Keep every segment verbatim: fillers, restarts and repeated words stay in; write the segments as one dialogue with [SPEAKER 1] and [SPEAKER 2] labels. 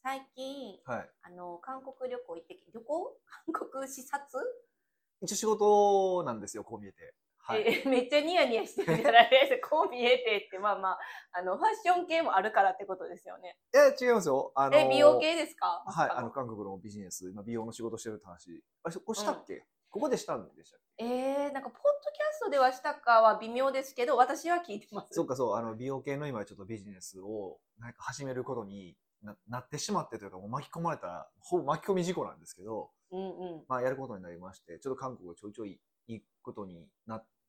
[SPEAKER 1] 最近、
[SPEAKER 2] はい。
[SPEAKER 1] あの、韓国旅行行ってき、旅行韓国視察
[SPEAKER 2] 一応仕事なんですよ、こう見えて。はい。
[SPEAKER 1] え、めっちゃニヤニヤしてるじゃないですか。こう見えてって、まあまあ、あの、ファッション系もあるからってことですよね。
[SPEAKER 2] いや、違いますよ。あ
[SPEAKER 1] え、美容
[SPEAKER 2] の
[SPEAKER 1] 系ですかまさ
[SPEAKER 2] はい、あの、
[SPEAKER 1] かの。
[SPEAKER 2] 韓国のビジネス、今美容の仕事してるって話。あれ、これ
[SPEAKER 1] うん。
[SPEAKER 2] したっけ？ここでしたんでしたっけ？
[SPEAKER 1] えー、なんか、ポッドキャストではしたかは微妙ですけど、私は聞いてます。
[SPEAKER 2] そっか、そう、あの、美容系の今ちょっとビジネスを、なんか始めることにななってしまってというか、もう巻き込まれた、ほぼ巻き込み事故なんですけど、
[SPEAKER 1] うんうん。
[SPEAKER 2] まあ、やることになりまして、ちょっと韓国をちょいちょい行くことになった、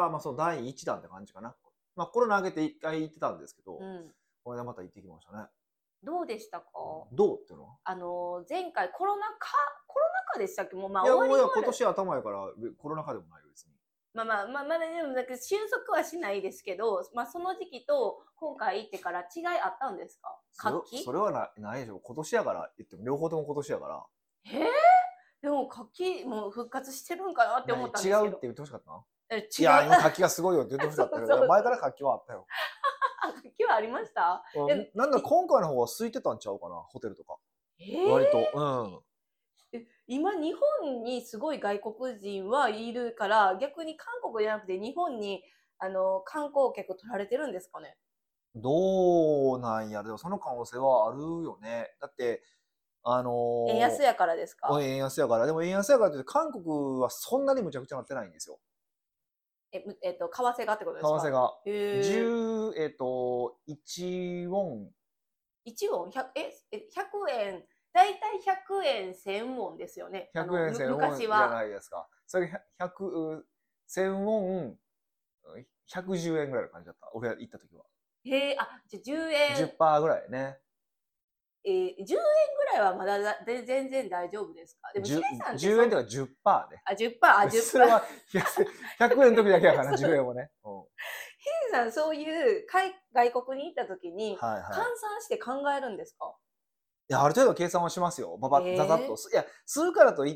[SPEAKER 2] まあ、その第一弾って感じかな。まあ、コロナ明けて一回行ってたんですけど、
[SPEAKER 1] うん。
[SPEAKER 2] これでまた行ってきましたね。
[SPEAKER 1] どうでしたか
[SPEAKER 2] どうっていうのは？
[SPEAKER 1] あの、前回コロナ禍、コロナ禍でしたっけもうまあ
[SPEAKER 2] いや、
[SPEAKER 1] 終わり
[SPEAKER 2] もういや今
[SPEAKER 1] 終わる。
[SPEAKER 2] 年頭やからコロナ禍でもないよ、別に。
[SPEAKER 1] まあまあまあ、まだでもなんか収束はしないですけど、まあその時期と今回行ってから違いあったんですか
[SPEAKER 2] それ
[SPEAKER 1] 活気
[SPEAKER 2] それはなないでしょ。今年やから言っても、両方とも今年やから。
[SPEAKER 1] えー、でも活気もう復活してるんかなって思
[SPEAKER 2] 何違う
[SPEAKER 1] ったんですけど。
[SPEAKER 2] って言ってほしかったな。
[SPEAKER 1] え、違う。
[SPEAKER 2] いや、今活気がすごいよって言ってほしかったけど、いや、
[SPEAKER 1] そうそう。
[SPEAKER 2] 前から活気はあったよ。
[SPEAKER 1] 活気はありました
[SPEAKER 2] うん
[SPEAKER 1] え、
[SPEAKER 2] なんだ、今回の方は空いてたんちゃうかな、ホテルとか。
[SPEAKER 1] え
[SPEAKER 2] 割と。
[SPEAKER 1] ー、え今日本にすごい外国人はいるから逆に韓国じゃなくて日本にあの観光客取られてるんですかね
[SPEAKER 2] うん。どうなんや、でもその可能性はあるよね。だって、あ
[SPEAKER 1] 円安
[SPEAKER 2] の
[SPEAKER 1] やからです
[SPEAKER 2] ー、
[SPEAKER 1] か
[SPEAKER 2] 円安やから。でも円安やからって、韓国はそんなにむちゃくちゃなってないんですよ。
[SPEAKER 1] え、むえっと、為替がってことですか
[SPEAKER 2] 為替が。
[SPEAKER 1] へえ。
[SPEAKER 2] じゅう、えっと、いちウォン、
[SPEAKER 1] いちウォン、ひゃくえ、えひゃくえん、だいたいひゃくえん、せんウォンですよね。あ
[SPEAKER 2] 100
[SPEAKER 1] の、
[SPEAKER 2] 円、
[SPEAKER 1] む
[SPEAKER 2] せんウォンじゃ
[SPEAKER 1] 昔は。
[SPEAKER 2] ないですか。それひゃく、せんウォン、ひゃくじゅうえんぐらいの感じだった。俺が行った時は。
[SPEAKER 1] へえ、あ、じゃ、じゅうえん、
[SPEAKER 2] じゅっパーセントぐらいね。
[SPEAKER 1] えー、じゅうえんぐらいはまだだで全然大丈夫ですかでも、ヒデ
[SPEAKER 2] じゅう、10
[SPEAKER 1] さんってそん、
[SPEAKER 2] 円とかじゅっパーセントね。
[SPEAKER 1] あ、じゅっパーセント、あ、じゅっパーセント。
[SPEAKER 2] それは、ひゃくえんの時だけやからな、じゅうえんもね。うん。
[SPEAKER 1] ヒデさん、そういう海外国に行った時に、換
[SPEAKER 2] はいはい。
[SPEAKER 1] 算して考えるんですか
[SPEAKER 2] いや、ある程度計算はしますよ。ばば、ざざっと。
[SPEAKER 1] ええ
[SPEAKER 2] いや、するからといって、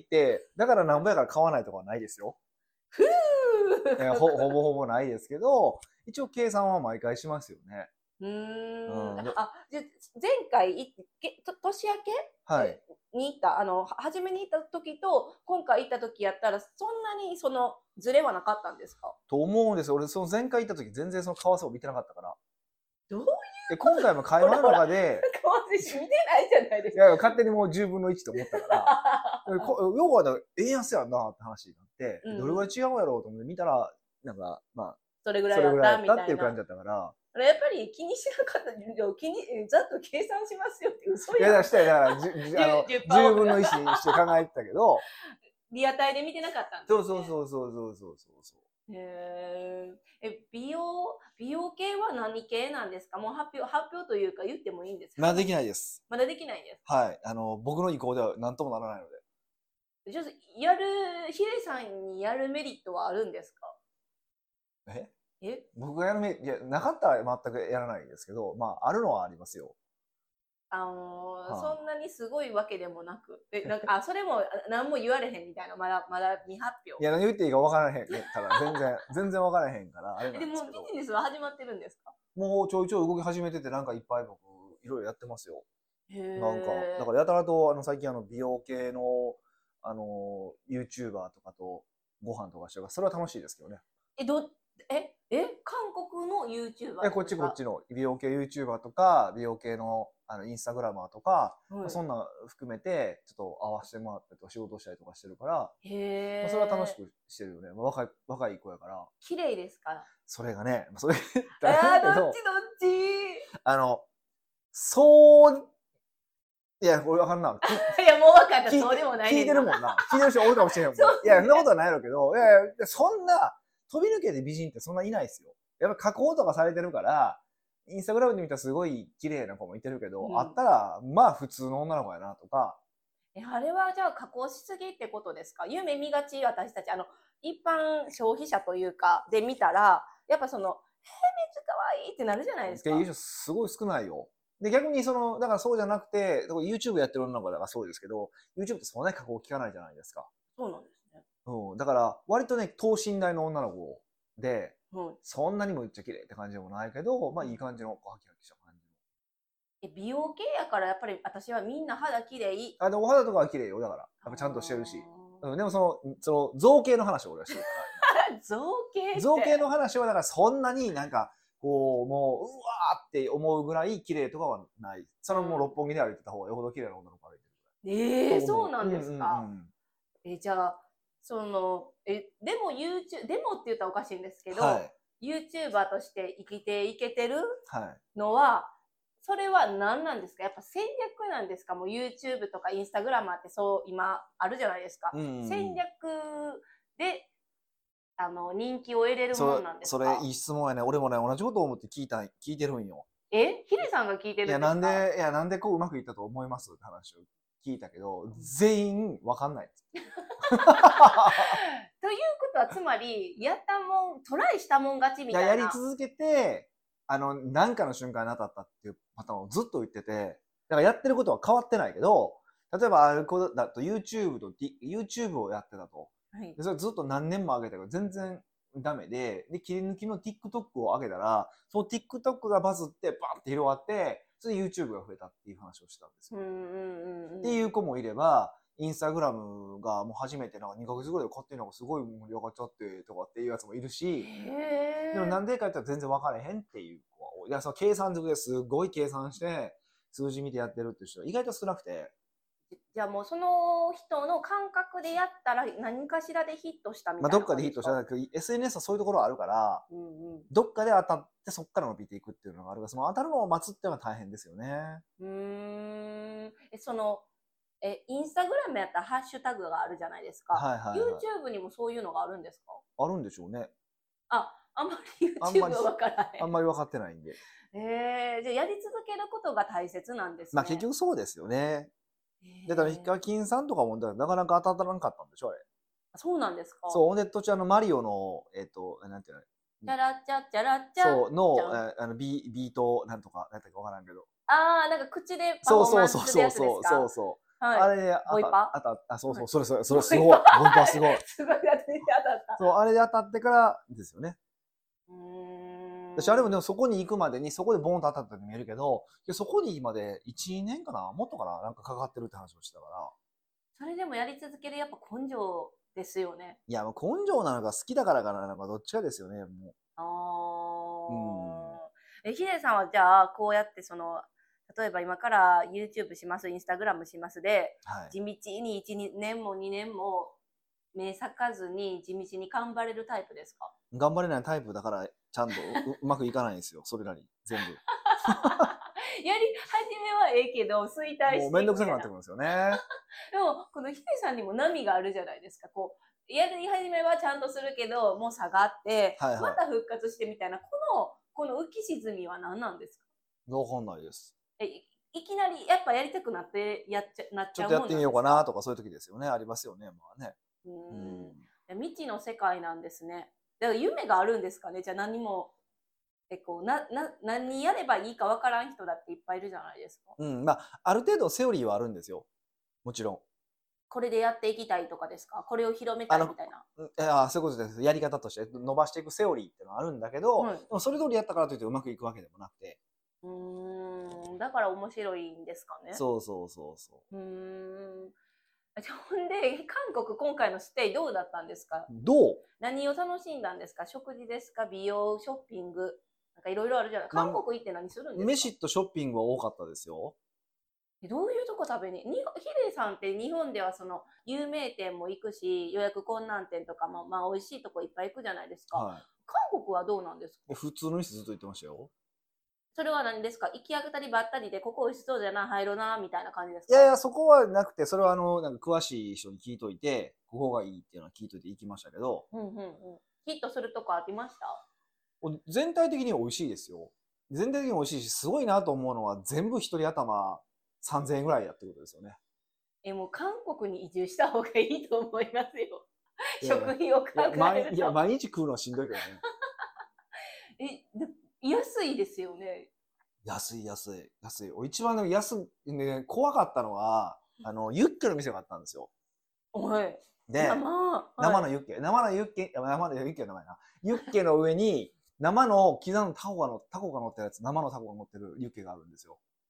[SPEAKER 2] だからなんぼやから買わないとかはないですよ。
[SPEAKER 1] ふ
[SPEAKER 2] え
[SPEAKER 1] ー
[SPEAKER 2] ほほぼほぼないですけど、一応計算は毎回しますよね。
[SPEAKER 1] うーん。
[SPEAKER 2] うん。で
[SPEAKER 1] あ、じゃ、前回いけと年明け
[SPEAKER 2] はい。
[SPEAKER 1] え、に行った、あの、は初めに行った時と、今回行った時やったら、そんなにそのズレはなかったんですか？
[SPEAKER 2] と思うんですよ。俺、その前回行った時、全然その為替を見てなかったから。
[SPEAKER 1] どういう
[SPEAKER 2] で、
[SPEAKER 1] こと
[SPEAKER 2] 今回も会話の
[SPEAKER 1] ほらほら、
[SPEAKER 2] 中で、
[SPEAKER 1] なんか私見てないじゃないですか。
[SPEAKER 2] いやいや、勝手にもうじゅうぶんのいちと思ったから、こ要はだ、円安やんなって話になって、
[SPEAKER 1] うんうん。
[SPEAKER 2] どれぐらい違うんやろうと思って見たら、なんか、まあ、
[SPEAKER 1] それぐら
[SPEAKER 2] それぐらいや
[SPEAKER 1] いだった
[SPEAKER 2] ったっていう感じ
[SPEAKER 1] みたいな。
[SPEAKER 2] だったから、
[SPEAKER 1] やっぱり気にしなかった気に、ざっと計算しますよって嘘
[SPEAKER 2] いや、だ
[SPEAKER 1] やん。
[SPEAKER 2] からしたら、だから、じじあの、
[SPEAKER 1] じゅう、
[SPEAKER 2] じゅうぶんの
[SPEAKER 1] オフ。
[SPEAKER 2] いちにして考えてたけど、
[SPEAKER 1] リアタイで見てなかったんで
[SPEAKER 2] そうそう
[SPEAKER 1] すね。
[SPEAKER 2] そうそうそうそうそうそう。
[SPEAKER 1] へえ。え、美容、美容系は何系なんですかもう発表、発表というか言ってもいいんですか
[SPEAKER 2] まだでき
[SPEAKER 1] 話。
[SPEAKER 2] ないです。
[SPEAKER 1] まだできないんですか
[SPEAKER 2] はい。あの、僕の意向では何ともならないので。
[SPEAKER 1] ちょっと、やる、ヒデさんにやるメリットはあるんですか
[SPEAKER 2] え
[SPEAKER 1] え
[SPEAKER 2] 僕がやるめ、いや、なかったら全くやらないですけど、まあ、あるのはありますよ。
[SPEAKER 1] あのー
[SPEAKER 2] は
[SPEAKER 1] そんなにすごいわけでもなく。え、なんか、あ、それもあ何も言われへんみたいな。まだ、まだ未発表。
[SPEAKER 2] いや、何言っていいか分からへんから、全然、全然分からへんから、あれな
[SPEAKER 1] でも、
[SPEAKER 2] んですけど、
[SPEAKER 1] ビジネスは始まってるんですか
[SPEAKER 2] もうちょいちょい動き始めてて、なんかいっぱい僕、いろいろやってますよ。
[SPEAKER 1] へ
[SPEAKER 2] なんか、だか
[SPEAKER 1] え。
[SPEAKER 2] らやたらと、あの、最近あの、美容系の、あの、YouTuber とかとご飯とかしてるから、それは楽しいですけどね。
[SPEAKER 1] え、ど、え、え、韓国の YouTuber
[SPEAKER 2] え、こっ
[SPEAKER 1] なんですか
[SPEAKER 2] ちこっちの美容系 YouTuber とか、美容系の、あの、インスタグラマーとか、まあ、
[SPEAKER 1] はい。
[SPEAKER 2] そんな含めて、ちょっと合わせてもらったりとか仕事したりとかしてるから、
[SPEAKER 1] へ
[SPEAKER 2] まあ、それは楽し
[SPEAKER 1] え。
[SPEAKER 2] くしてるよね。まあ、若い、若い子やから。
[SPEAKER 1] 綺麗ですか
[SPEAKER 2] それがね、それ言ったらあれ
[SPEAKER 1] あー、
[SPEAKER 2] だけど、
[SPEAKER 1] どっちどっち
[SPEAKER 2] あの、そう、いや、俺わかんな。
[SPEAKER 1] いや、もう分かった。
[SPEAKER 2] 聞いて、
[SPEAKER 1] そうでもない
[SPEAKER 2] 聞い
[SPEAKER 1] ねんな。
[SPEAKER 2] てるもんな。聞いてる人おるかもしれんもん。い
[SPEAKER 1] そう
[SPEAKER 2] や、そんなこ
[SPEAKER 1] ね。
[SPEAKER 2] とはないやろうけど、いやいや、そんな、飛び抜けて美人ってそんないないですよ。やっぱ加工とかされてるから、インスタグラムで見たらすごい綺麗な子もいてるけど、
[SPEAKER 1] うん。
[SPEAKER 2] あったら、まあ普通の女の子やなとか、
[SPEAKER 1] え、あれはじゃあ加工しすぎってことですか夢見がち私たち、あの、一般消費者というか、で見たら、やっぱその、えー、めっちゃ可愛いってなるじゃないですか。
[SPEAKER 2] っていう人すごい少ないよ。で、逆にその、だからそうじゃなくて、YouTube やってる女の子だからそうですけど、YouTube ってそんなに加工効かないじゃないですか。
[SPEAKER 1] そうなんですね。
[SPEAKER 2] うん。だから、割とね、等身大の女の子で、
[SPEAKER 1] はい。
[SPEAKER 2] そんなにもめっちゃ綺麗って感じでもないけど、まあ
[SPEAKER 1] うん。
[SPEAKER 2] いい感じの、ハキハキした感じ
[SPEAKER 1] え美容系やからやっぱり私はみんな肌綺麗。
[SPEAKER 2] あ、でお肌とかは綺麗よ、だから。やっぱちゃんとしてるし。うん、でもその、その造形の話を俺はしてるか
[SPEAKER 1] 造形っ
[SPEAKER 2] ら。
[SPEAKER 1] て
[SPEAKER 2] 造形の話はだからそんなになんか、こう、もう、うわーって思うぐらい綺麗とかはない。それはもう六本木で歩いてた方がよほど綺麗な女の子歩いてる。
[SPEAKER 1] えー、
[SPEAKER 2] と思
[SPEAKER 1] そうなんですか。
[SPEAKER 2] うんうんうん
[SPEAKER 1] えじゃあそのえでも YouTube でもって言ったらおかしいんですけど、
[SPEAKER 2] はい、
[SPEAKER 1] YouTuber として生きていけてる
[SPEAKER 2] はい。
[SPEAKER 1] のは、それは何なんですか？やっぱ戦略なんですか？もう YouTube とか Instagram ってそう今あるじゃないですか。
[SPEAKER 2] うんうんうん、
[SPEAKER 1] 戦略であの人気を得れるもんなんですか？
[SPEAKER 2] それ、それいい質問やね。俺もね、同じことを思って聞いた、聞いてるんよ。
[SPEAKER 1] えヒデさんが聞いてるんですか？
[SPEAKER 2] いや、なんで、いや、なんでこううまくいったと思いますって話を聞いたけど、全員わかんない。
[SPEAKER 1] ということは、つまり、やったもん、トライしたもん勝ちみたいな。
[SPEAKER 2] いや、やり続けて、あの、なんかの瞬間に当たったっていうパターンをずっと言ってて、だからやってることは変わってないけど、例えばある子だと YouTube と YouTube をやってたと。はい、でそれずっと何年も上げたけど全然ダメで、で、切り抜きの TikTok を上げたら、その TikTok がバズってバーって広がって、それで YouTube が増えたっていう話をしたんですよ。うんうんうんうん、っていう子もいれば、インスタグラムがもう初めてなんかにかげつぐらいで勝手になんかすごい盛り上がっちゃってとかっていうやつもいるし、でもなんでかって言ったら全然分からへんっていう子は多い。いや、その計算づくですごい計算して数字見てやってるっていう人は意外と少なくて。
[SPEAKER 1] じゃあもうその人の感覚でやったら何かしらでヒットしたみたいな。
[SPEAKER 2] まあどっかでヒットしたんだけど、エスエヌエス はそういうところはあるから、うんうん、どっかで当たってそっから伸びていくっていうのがあるから、その当たるのを待つっていうのは大変ですよね。
[SPEAKER 1] うーん。え、その、え、インスタグラムやったらハッシュタグがあるじゃないですか。はいはいはい、YouTube にもそういうのがあるんですか？
[SPEAKER 2] あるんでしょうね。
[SPEAKER 1] あ、あんまり YouTube は分からない。
[SPEAKER 2] あんまり分かってないんで。
[SPEAKER 1] えー、じゃあやり続けることが大切なんですね。
[SPEAKER 2] まあ結局そうですよね。だからヒカキンさんとかもなかなか当たらなかったんでしょあれ。
[SPEAKER 1] そうなんですか。
[SPEAKER 2] そう、ほんで途中あのマリオのえっ、ー、となんていうの。
[SPEAKER 1] チャラチャチャラチャ
[SPEAKER 2] そうのあのビビートなんとかなんてかわからんけど。
[SPEAKER 1] ああなんか口でパフォーマンスするやつですか。そうそうそうそうそう。
[SPEAKER 2] はい、あれで
[SPEAKER 1] ボイパ
[SPEAKER 2] あたあそうそう、はい、それそれそれすごいボイパすごい。
[SPEAKER 1] すごい当たった。
[SPEAKER 2] そうあれで当たってからですよね。うーん。私あれもでもそこに行くまでにそこでボーンと当たったように見えるけど、そこに行くまでいちねんかなもっとかななんかかかってるって話をしてたから。
[SPEAKER 1] それでもやり続けるやっぱ根性ですよね。
[SPEAKER 2] いや根性なのか好きだからかなのかどっちかですよねもう。あ
[SPEAKER 1] あ。うん。えヒデさんはじゃあこうやってその例えば今から YouTube します、インスタグラムしますで、はい、地道にいちねんもにねんも目咲かずに地道に頑張れるタイプですか？
[SPEAKER 2] 頑張れないタイプだからちゃんと う, うまくいかないんですよそれなり全部。
[SPEAKER 1] やり始めはええけど衰退して
[SPEAKER 2] もうめんどくさくなってくるんですよね。
[SPEAKER 1] でもこのヒデさんにも波があるじゃないですか。こうやり始めはちゃんとするけどもう下がって、はいはい、また復活してみたいなこのこの浮き沈みは何なんですか？
[SPEAKER 2] わかんないです。
[SPEAKER 1] えいきなりやっぱやりたくなってやっちゃなっちゃう
[SPEAKER 2] もんなんですか？ちょっとやってみようかなとかそういう時ですよね。ありますよね。まあね。
[SPEAKER 1] うん、未知の世界なんですね。だから夢があるんですかね。じゃあ何もえこうなな何やればいいかわからん人だっていっぱいいるじゃないですか。
[SPEAKER 2] うん、まあある程度セオリーはあるんですよ。もちろん。
[SPEAKER 1] これでやっていきたいとかですか？これを広めたいみたいな。
[SPEAKER 2] ああそういうことです。やり方として伸ばしていくセオリーっていうのはあるんだけど、うん、でもそれ通りやったからといってうまくいくわけでもなくて。
[SPEAKER 1] うーんだから面白いんですかね。
[SPEAKER 2] そうそうそうそう。うー
[SPEAKER 1] んほんで韓国今回のステイどうだったんですか？
[SPEAKER 2] どう？
[SPEAKER 1] 何を楽しんだんですか？食事ですか？美容、ショッピング、なんかいろいろあるじゃない。韓国行って何するんですか？
[SPEAKER 2] 飯とショッピングは多かったですよ。
[SPEAKER 1] どういうとこ食べに？ヒデさんって日本ではその有名店も行くし、予約困難店とかもまあ美味しいとこいっぱい行くじゃないですか。はい、韓国はどうなんですか？
[SPEAKER 2] 普通の店ずっと行ってましたよ。
[SPEAKER 1] それは何ですか？行き当たりばったりでここ美味しそうじゃな入ろなみたいな感じですか？
[SPEAKER 2] いやいやそこはなくて、それはあのなんか詳しい人に聞いといてここがいいっていうのは聞いといて行きましたけど。
[SPEAKER 1] うんうんうん。ヒットするとこありました？
[SPEAKER 2] 全体的に美味しいですよ。全体的に美味しいし、すごいなと思うのは全部一人頭さんぜんえんぐらいやってることですよね。
[SPEAKER 1] えもう韓国に移住した方がいいと思いますよ。食費を考えると。
[SPEAKER 2] いや毎日食うのはしんどいけどね。
[SPEAKER 1] え安いですよね。
[SPEAKER 2] 安い安い安い。一番ね安いね怖かったのはあのユッケの店があったんですよ。
[SPEAKER 1] はい。
[SPEAKER 2] で生、生のユッケ、生のユッケ、生のユッケの名前な。ユッケの上に生の刻んだタコがのタコが乗ってるやつ、生のタコが乗ってるユッケがあるんですよ。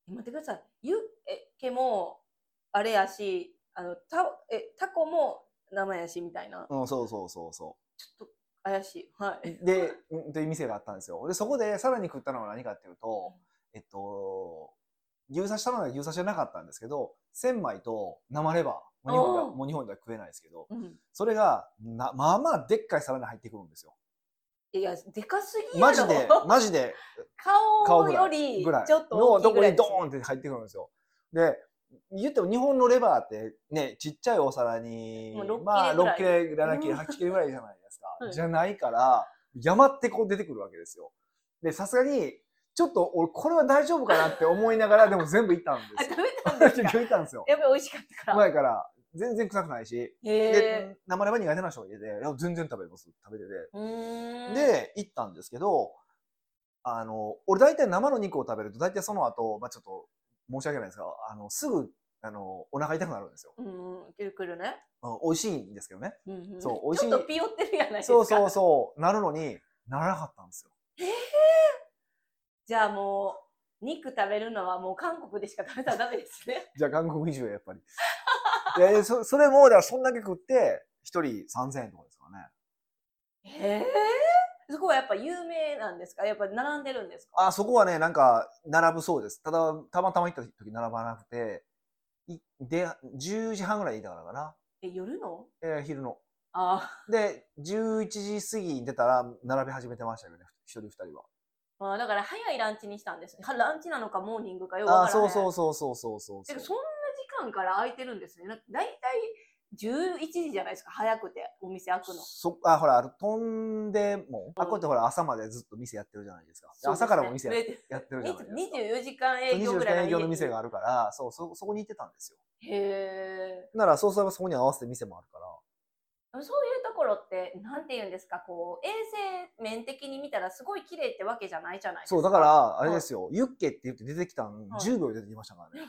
[SPEAKER 1] 待ってください。ユッケもあれやし、あのタえタコも生やしみたいな。
[SPEAKER 2] うん、そうそうそうそ
[SPEAKER 1] ちょっと怪しい。は
[SPEAKER 2] う。
[SPEAKER 1] い。
[SPEAKER 2] で、うんという店があったんですよ。で、そこでさらに食ったのは何かっていうと、えっと、牛刺し頼んだら牛刺しじゃなかったんですけど、千枚と生レバー。もう日本では、もう日本では食えないですけど、
[SPEAKER 1] うん、
[SPEAKER 2] それがな、まあまあでっかい皿に入ってくるんですよ。
[SPEAKER 1] いや、でかすぎやろ。
[SPEAKER 2] マジで、マジで、
[SPEAKER 1] 顔より
[SPEAKER 2] ぐらい
[SPEAKER 1] ちょっと
[SPEAKER 2] のとこ
[SPEAKER 1] 大きいぐらい
[SPEAKER 2] にドーンって入ってくるんですよ。で、言っても日本のレバーってね、ちっちゃいお皿に、まあろっ切れ、なな切れ、はち切れぐらいじゃないですか。うん、じゃないから、山ってこう出てくるわけですよ。で、さすがに、ちょっと俺これは大丈夫かなって思いながらでも全部いったんですよ。
[SPEAKER 1] 食べたんですか？
[SPEAKER 2] 結局いったんですよ。
[SPEAKER 1] やっぱり美味しかったから。
[SPEAKER 2] うまいから、全然臭くないし、で、生レバー苦手な人がいて、いや、全然食べます。食べてて。で、行ったんですけど、あの、俺大体生の肉を食べると、大体その後、まあちょっと申し訳ないですが、あの、すぐ、あの、お腹痛くなるんですよ。
[SPEAKER 1] うん、くるくるね。
[SPEAKER 2] 美味しいんですけどね。
[SPEAKER 1] うんうん、
[SPEAKER 2] そう、美味しい。
[SPEAKER 1] ちょっとピヨってるやないですか。
[SPEAKER 2] そうそうそう、なるのに、ならなかったんですよ。
[SPEAKER 1] えー、じゃあもう、肉食べるのはもう韓国でしか食べたらダメですね。
[SPEAKER 2] じゃあ韓国以上やっぱり。いやそそれも、だからそんだけ食って、一人さんぜんえんとかですからね。
[SPEAKER 1] へえー、そこはやっぱ有名なんですか？やっぱ並んでるんですか？
[SPEAKER 2] あ、そこはね、なんか、並ぶそうです。ただ、たまたま行った時並ばなくて、いで、じゅうじはんぐらいいたからかな。
[SPEAKER 1] え、夜の？
[SPEAKER 2] えー、昼の。
[SPEAKER 1] あ
[SPEAKER 2] で、じゅういちじ過ぎに出たら、並び始めてましたよね、一人二人は。
[SPEAKER 1] あ、だから早いランチにしたんですね。ランチなのかモーニングかよく
[SPEAKER 2] わ
[SPEAKER 1] わからない。
[SPEAKER 2] あ、そうそうそうそうそうそう。
[SPEAKER 1] そんな時間から空いてるんですね。だいたいじゅういちじじゃないですか、早くてお店開くの。
[SPEAKER 2] そあ、ほら、飛んでも、あ、こうやってほら朝までずっと店やってるじゃないですか。すね、朝からも店 や, やってるじゃないですか。
[SPEAKER 1] にじゅうよじかん営業ぐらいの
[SPEAKER 2] 営業の店があるから、そう、そ、そこに行ってたんですよ。
[SPEAKER 1] へ
[SPEAKER 2] え。なら、そうすればそこに合わせて店もあるから。
[SPEAKER 1] そういうところって、なんて言うんですか、こう、衛生面的に見たらすごい綺麗ってわけじゃないじゃないですか。
[SPEAKER 2] そう、だから、あれですよ、はい、ユッケって言って出てきたん、じゅうびょうで出てきましたからね。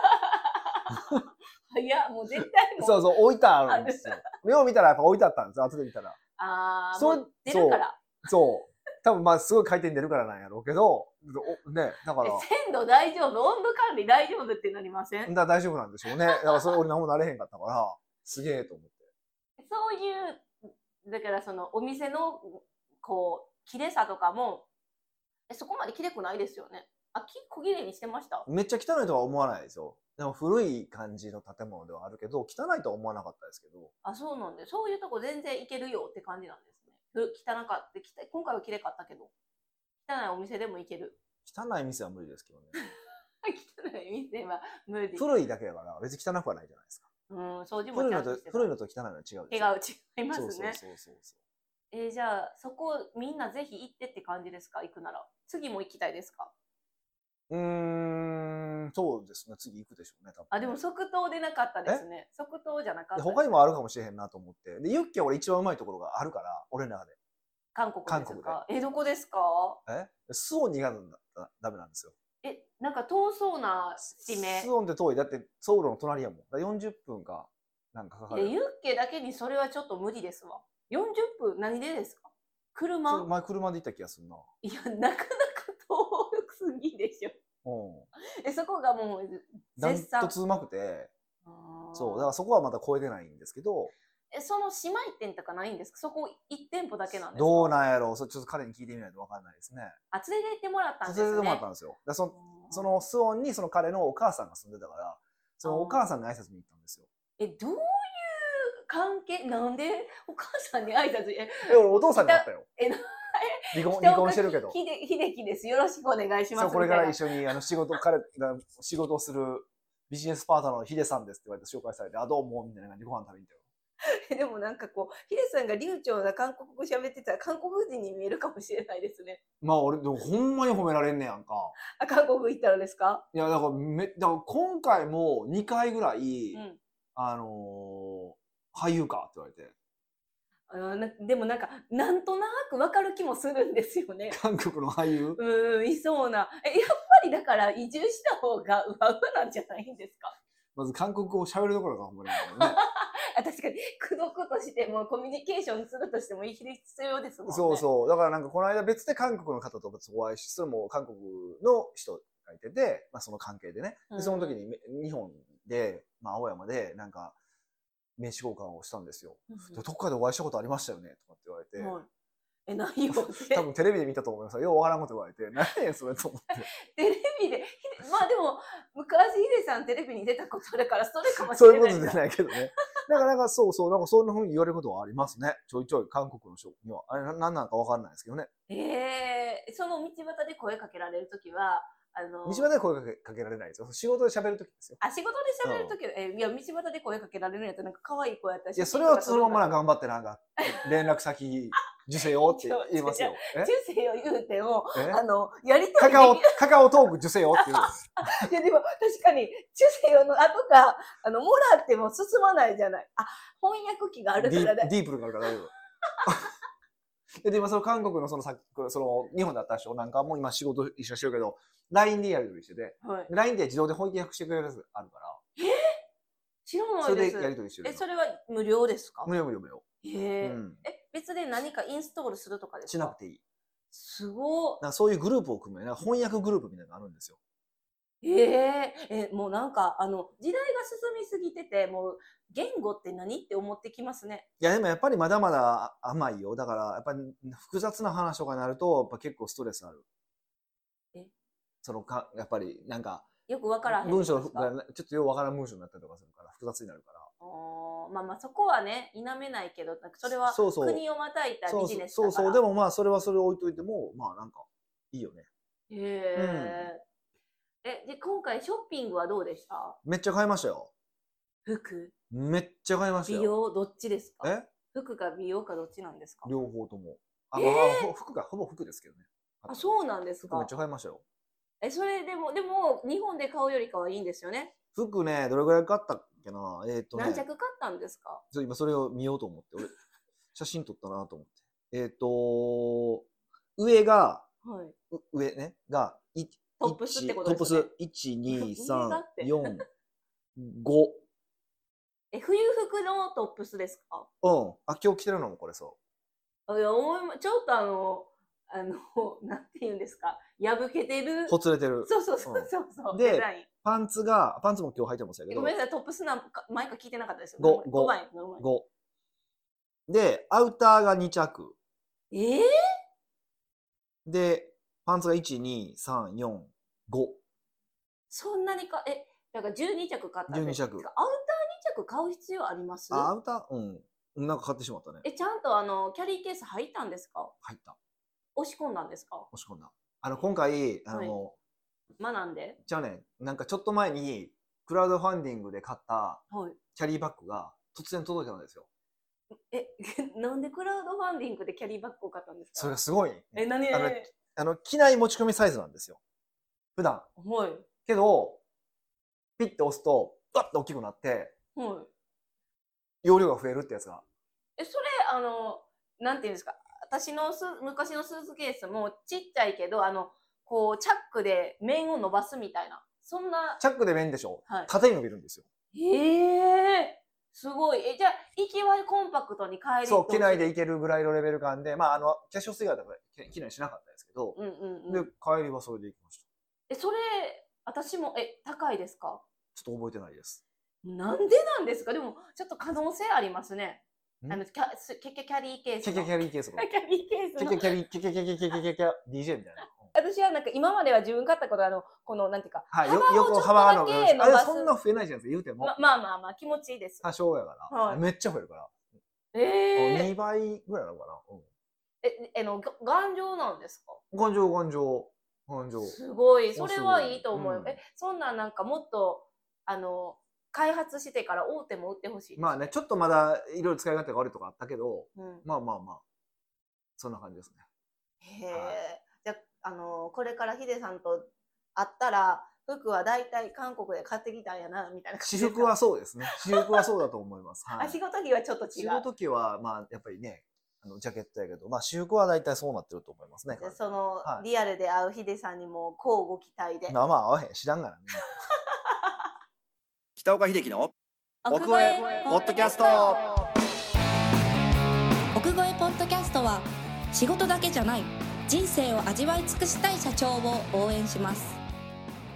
[SPEAKER 1] いや、もう絶対もう。
[SPEAKER 2] そうそう、置いてあるんですよ。よう見たらやっぱ置いてあったんですよ、後で見たら。
[SPEAKER 1] ああ、そう出るから。
[SPEAKER 2] そう。多分まあすごい回転出るからなんやろうけど、ね、だから。
[SPEAKER 1] 鮮度大丈夫、温度管理大丈夫ってなりません？
[SPEAKER 2] だ大丈夫なんでしょうね。だからそれ俺何もなれへんかったから、すげえと思って。
[SPEAKER 1] そういう、だからそのお店のこう、綺麗さとかも、え、そこまで綺麗くないですよね。あ、き小綺麗にしてました？
[SPEAKER 2] めっちゃ汚いとは思わないですよ。でも古い感じの建物ではあるけど、汚いとは思わなかったですけど。
[SPEAKER 1] あ、そうなんで、そういうとこ全然行けるよって感じなんですね。汚かって、今回は綺麗かったけど、汚いお店でも行ける。
[SPEAKER 2] 汚い店は無理ですけどね。
[SPEAKER 1] 汚い店は無理。
[SPEAKER 2] 古いだけだから別に汚くはないじゃないですか。
[SPEAKER 1] うん、掃除も
[SPEAKER 2] ちゃんとしてた。古いのと汚いのは違うですよ。
[SPEAKER 1] 違う、違いますね。そうそうそうそう。えー、じゃあ、そこみんなぜひ行ってって感じですか？行くなら。次も行きたいですか？
[SPEAKER 2] うーん、そうですね。次行くでしょうね、多分、ね。
[SPEAKER 1] あ、でも即答でなかったですね。即答じゃなかった。
[SPEAKER 2] 他にもあるかもしれへんなと思って。で、ユッケは俺一番うまいところがあるから、俺の中で。
[SPEAKER 1] 韓国ですか？え、どこですか？
[SPEAKER 2] えスオンに行かなきゃダメなんですよ。
[SPEAKER 1] え、なんか遠そうな地名。
[SPEAKER 2] スオンって遠い。だってソウルの隣やもん。だよんじゅっぷんか、なんかかかる。
[SPEAKER 1] ユッケだけにそれはちょっと無理ですわ。よんじゅっぷん何でですか？車？
[SPEAKER 2] 前車で行った気がするな。
[SPEAKER 1] いや、なかなか遠すぎでしょ。うん、え、そこがもう
[SPEAKER 2] 絶賛ダントツうまくて、そう、だからそこはまだ超えてないんですけど。
[SPEAKER 1] え、その姉妹店とかないんですか？そこいち店舗だけなんですか？
[SPEAKER 2] どうなんやろう、それちょっと彼に聞いてみないと分かんないですね。
[SPEAKER 1] あ、連れて行ってもらったんですね。
[SPEAKER 2] 連れて行ってもらったんですよ。だそそのスオンにその彼のお母さんが住んでたから、そのお母さんに挨拶に行ったんですよ。
[SPEAKER 1] え、どういう関係？なんでお母さんに挨拶？え、
[SPEAKER 2] え俺お父さんに会ったよ。え、離婚離婚してるけど。
[SPEAKER 1] 秀樹です。よろしくお願いします。
[SPEAKER 2] そう、これから一緒にあの仕事彼が仕事をするビジネスパートナーのヒデさんですって言われて紹介されて、あ、どうもみたいな感じでご飯食べに行ったよ。
[SPEAKER 1] でもなんかこう、ヒデさんが流暢な韓国語喋ってたら韓国人に見えるかもしれないですね。
[SPEAKER 2] まあ俺、でもほんまに褒められんねやんか。
[SPEAKER 1] あ、韓国行ったらですか？
[SPEAKER 2] いや、だからめ、だから今回もにかいぐらい、うん、あのー、俳優かって言われて。
[SPEAKER 1] あなでもなんか、なんとなくわかる気もするんですよね。
[SPEAKER 2] 韓国の俳優？
[SPEAKER 1] うん、いそうな。え、やっぱりだから移住した方がうわうわなんじゃないんですか？
[SPEAKER 2] まず韓国語を喋るところがほんまにね。
[SPEAKER 1] 確かに、口説くとしても、コミュニケーションするとしても必要ですもんね。
[SPEAKER 2] そうそう。だからなんかこの間別で韓国の方とお会いし、それも韓国の人書いてて、まあ、その関係でね。で、その時に日本で、まあ、青山で、なんか、名刺交換をしたんですよ。うん、でどっかでお会いしたことありましたよねとかって言われて。はい、
[SPEAKER 1] え、何よ
[SPEAKER 2] 多分テレビで見たと思います。ようわからんこと言われて、何やそれと思って。
[SPEAKER 1] テレビで、まあでも、昔ヒデさんテレビに出たことだから、それかもしれない。そういう
[SPEAKER 2] ことじゃないけどね。だから、なんかそうそう、なんかそんな風に言われることはありますね。ちょいちょい韓国の人には。あれ、何なのかわからないですけどね。
[SPEAKER 1] ええー、その道端で声かけられるときは、あの
[SPEAKER 2] 道端で声かけかけられないですよ。仕事で喋るときですよ。
[SPEAKER 1] あ、仕事で喋るとき、うん、え、いや、道端で声かけられるんやったら、なんか可愛い子やったら。
[SPEAKER 2] いや、それはそのまま頑張ってなんか、連絡先、受精よって言いますよ。
[SPEAKER 1] 受精を言うても、あの、やりとり。
[SPEAKER 2] カカオ、カカオトーク受精よって言う。
[SPEAKER 1] いや、でも確かに、受精用の後が、あの、もらっても進まないじゃない。あ、翻訳機があるから
[SPEAKER 2] だ。ディープルがあるから大丈夫。で、今その韓国のそのさその日本だった人なんかも今仕事一緒にしてるけど、ライン でやり取りしてて、はい、ライン で自動で翻訳してくれるやつあるから。
[SPEAKER 1] えー、知らないです。
[SPEAKER 2] それでやり取りしてる。
[SPEAKER 1] え、それは無料ですか？
[SPEAKER 2] 無料無料無料。
[SPEAKER 1] へー、うん、え、別で何かインストールするとかですか？
[SPEAKER 2] しなくていい。
[SPEAKER 1] すごい。
[SPEAKER 2] なんかそういうグループを組む、なんか翻訳グループみたいなのがあるんですよ。
[SPEAKER 1] えー、え、もうなんか、あの、時代が進みすぎてて、もう、言語って何って思ってきますね。
[SPEAKER 2] いや、でもやっぱりまだまだ甘いよ。だから、やっぱり複雑な話とかになると、やっぱ結構ストレスある。えそのか、やっぱり、なんか、
[SPEAKER 1] よくわからへん。
[SPEAKER 2] 文章が、ちょっとよくわからん文章になったりとかするから、複雑になるから。
[SPEAKER 1] おまあまあ、そこはね、否めないけど、なんかそれは国をまたいたビジネスだから。
[SPEAKER 2] そうそう、そうそう、でもまあ、それはそれを置いといても、まあなんか、いいよね。
[SPEAKER 1] へえ。うんえ、で、今回ショッピングはどうでした？
[SPEAKER 2] めっちゃ買いましたよ。
[SPEAKER 1] 服？
[SPEAKER 2] めっちゃ買いましたよ。
[SPEAKER 1] 美容どっちですか？
[SPEAKER 2] え？
[SPEAKER 1] 服か美容かどっちなんですか？
[SPEAKER 2] 両方とも。あ、
[SPEAKER 1] えー、
[SPEAKER 2] まあ、服か、ほぼ服ですけどね。
[SPEAKER 1] あ、そうなんですか？
[SPEAKER 2] 服めっちゃ買いましたよ。
[SPEAKER 1] え、それでも、でも、日本で買うよりかはいいんですよね。
[SPEAKER 2] 服ね、どれぐらい買ったっけな？えっとね。
[SPEAKER 1] 何着買ったんですか？
[SPEAKER 2] ちょ今それを見ようと思って、俺、写真撮ったなと思って。えっと、上が、はい、上ね、が、
[SPEAKER 1] トップスってことですね。
[SPEAKER 2] トップス、いち、に、さん、よん、ご。
[SPEAKER 1] え、冬服のトップスですか？
[SPEAKER 2] うん。あ、今日着てるのもこれそう。
[SPEAKER 1] いや、思いま、ちょっとあの、あの、なんて言うんですか。破けてる。
[SPEAKER 2] ほつれてる。
[SPEAKER 1] そうそうそうそうそう、
[SPEAKER 2] うん。で、パンツが、パンツも今日履いてますけど。
[SPEAKER 1] ごめんなさい、トップスなんか、前から聞いてなかったですよ。
[SPEAKER 2] ご、ご。ご。で、アウターがに着。
[SPEAKER 1] えー、
[SPEAKER 2] で、パンツがいち、に、さん、よん、ご。
[SPEAKER 1] そんなにか、え、だからじゅうに着買ったんですか？
[SPEAKER 2] じゅうに着。
[SPEAKER 1] アウターに着買う必要あります？
[SPEAKER 2] あ、アウターうん。なんか買ってしまったね。
[SPEAKER 1] え、ちゃんとあの、キャリーケース入ったんですか？
[SPEAKER 2] 入った。
[SPEAKER 1] 押し込んだんですか？
[SPEAKER 2] 押し込んだ。あの、今回、あの、はい、
[SPEAKER 1] 学んで
[SPEAKER 2] じゃあね、なんかちょっと前に、クラウドファンディングで買ったキャリーバッグが突然届いたんですよ。
[SPEAKER 1] え、なんでクラウドファンディングでキャリーバッグを買ったんですか？
[SPEAKER 2] それがすごい。
[SPEAKER 1] え、何
[SPEAKER 2] あの、あの機内持ち込みサイズなんですよ。普段。
[SPEAKER 1] はい。
[SPEAKER 2] けど、ピッて押すと、ガッと大きくなって、はい。容量が増えるってやつが。
[SPEAKER 1] え、それ、あの、なんていうんですか、私のス昔のスーツケースもちっちゃいけど、あの、こう、チャックで面を伸ばすみたいな。そんな。
[SPEAKER 2] チャックで面でしょ？はい。縦に伸びるんですよ。
[SPEAKER 1] へえ。すごい。え、じゃあ、行きはコンパクトに帰り
[SPEAKER 2] そう、機内で行けるぐらいのレベル感で、まあ、あの、化粧水型が機内しなかったですけど、うんうんうん、で、帰りはそれで行きました。
[SPEAKER 1] え、それ、私も、え、高いですか？
[SPEAKER 2] ちょっと覚えてないです。
[SPEAKER 1] なんでなんですか？でも、ちょっと可能性ありますね。あの、キャ、キャ、キャリーケース。
[SPEAKER 2] キャキャキャリーケース。
[SPEAKER 1] キャリーケース。
[SPEAKER 2] キャキャキャリー、キャキャキャキャキャキャキャキャ ディージェー みたいな。
[SPEAKER 1] 私はなんか今までは自分買ったことあの、この、なんていうか、
[SPEAKER 2] はい、横幅の、あれそんな増えないじゃないですか、言うても。
[SPEAKER 1] ま、まあまあまあ、気持ちいいです。
[SPEAKER 2] 多少やから。はい、めっちゃ増えるから。
[SPEAKER 1] ええー。
[SPEAKER 2] にばいぐらいなのかな。うん、
[SPEAKER 1] え、えの、頑丈なんですか？
[SPEAKER 2] 頑丈、頑丈。頑丈。
[SPEAKER 1] すごい。それはいいと思うよ。うん、え、そんななんかもっと、あの、開発してから大手も売ってほしい。
[SPEAKER 2] まあね、ちょっとまだいろいろ使い勝手が悪いとかあったけど、うん、まあまあまあ、そんな感じですね。
[SPEAKER 1] へえ、はい。じゃあ、あの、これからヒデさんと会ったら、服は大体韓国で買ってきたんやな、みたいな感じですか？
[SPEAKER 2] 私服はそうですね。私服はそうだと思います。
[SPEAKER 1] はい、あ、仕事着はちょっと違う。
[SPEAKER 2] 仕事着は、まあ、やっぱりね、あのジャケットやけど、まあ、私服は大体そうなってると思いますね。
[SPEAKER 1] その、はい、リアルで会うヒデさんにも、こうご期待で。
[SPEAKER 2] まあまあ、会わへん。知らんがなね。北岡秀樹の
[SPEAKER 1] 奥越え
[SPEAKER 2] ポッドキャスト。
[SPEAKER 1] 奥越えポッドキャストは仕事だけじゃない人生を味わい尽くしたい社長を応援します。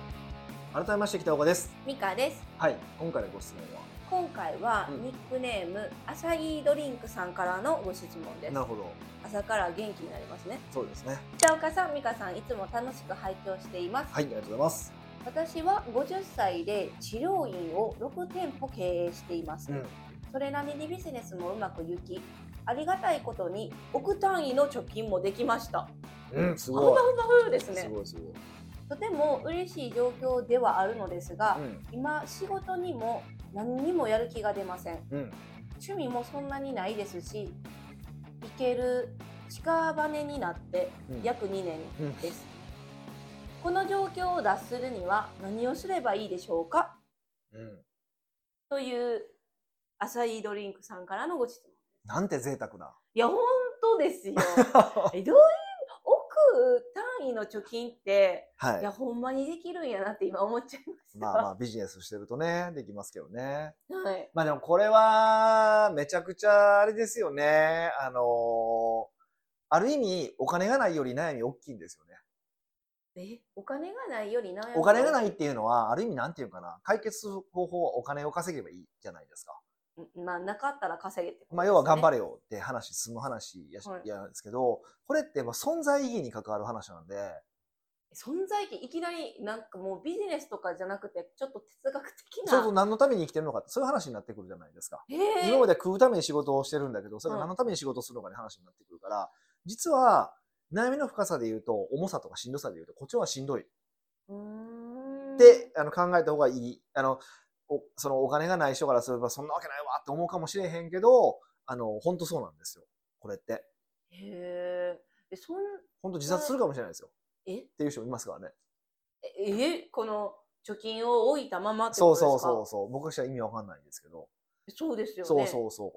[SPEAKER 2] 改めまして北岡です。
[SPEAKER 1] ミカです。
[SPEAKER 2] はい、今回のご質問は
[SPEAKER 1] 今回は
[SPEAKER 2] うん
[SPEAKER 1] ニックネーム、アサイードリンクさんからのご質問です。
[SPEAKER 2] なるほど。
[SPEAKER 1] 朝から元気になりますね。
[SPEAKER 2] そうですね。
[SPEAKER 1] 北岡さん、ミカさん、いつも楽しく拝聴しています。
[SPEAKER 2] はい、ありがとうございます。
[SPEAKER 1] 私はごじゅっさいで治療院をろくてんぽ経営しています。
[SPEAKER 2] うん、
[SPEAKER 1] それなりにビジネスもうまくいき、ありがたいことに億単位の貯金もできました。
[SPEAKER 2] うん、すごい。
[SPEAKER 1] ほんまほんまふうですね。
[SPEAKER 2] すごいすごい。
[SPEAKER 1] とても嬉しい状況ではあるのですが、
[SPEAKER 2] うん、
[SPEAKER 1] 今仕事にも何にもやる気が出ません。
[SPEAKER 2] うん、
[SPEAKER 1] 趣味もそんなにないですし、行ける屍になって約にねんです。うん、この状況を脱するには何をすればいいでしょうか、うん、というアサイードリンクさんからのご質問です。
[SPEAKER 2] なんて贅沢な。
[SPEAKER 1] いや本当ですよ。えどういう億単位の貯金って、はい、いやほんまにできるんやなって今思っちゃいました。
[SPEAKER 2] まあまあビジネスしてるとねできますけどね。
[SPEAKER 1] はい。
[SPEAKER 2] まあでもこれはめちゃくちゃあれですよね。あのー、ある意味お金がないより悩み大きいんですよね。
[SPEAKER 1] え、お金がないより悩み
[SPEAKER 2] お金がないっていうのはある意味なんていうかな、解決する方法はお金を稼げばいいじゃないですか。
[SPEAKER 1] まあなかったら稼げってことですね。
[SPEAKER 2] まあ要は頑張れよって話、進む話やし、はい、やですけど、これってやっぱ存在意義に関わる話なんで。
[SPEAKER 1] 存在意義いきなりなんかもうビジネスとかじゃなくてちょっと哲学的な。
[SPEAKER 2] そうそう、何のために生きてるのかってそういう話になってくるじゃないですか。今まで食うために仕事をしてるんだけど、それが何のために仕事をするのかって話になってくるから、うん、実は悩みの深さで言うと重さとかしんどさで言うとこっちはしんどい。うーんってあの考えた方がいい。あのおそのお金がない人からすればそんなわけないわって思うかもしれへんけど、あの本当そうなんですよこれって。へえ。そん本当自殺するかもしれないですよ。えっていう人もいますからね。
[SPEAKER 1] ええこの貯金を置いたままってことですか？
[SPEAKER 2] そうそうそうそう。僕としては意味わかんないんですけど。
[SPEAKER 1] そうですよね。
[SPEAKER 2] そうそうそう。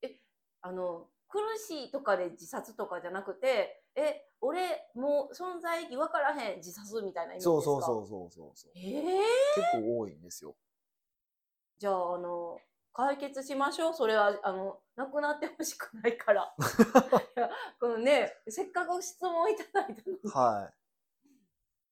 [SPEAKER 1] えあの苦しいとかで自殺とかじゃなくて、え俺もう存在意義分からへん自殺みたいな意味ですか？そうそうそうそうそうそう。えー、
[SPEAKER 2] 結構多いんですよ。
[SPEAKER 1] じゃあ、あの、解決しましょう。それは、あの、なくなってほしくないから。いや、このね、せっかく質問いただいたのに。
[SPEAKER 2] はい。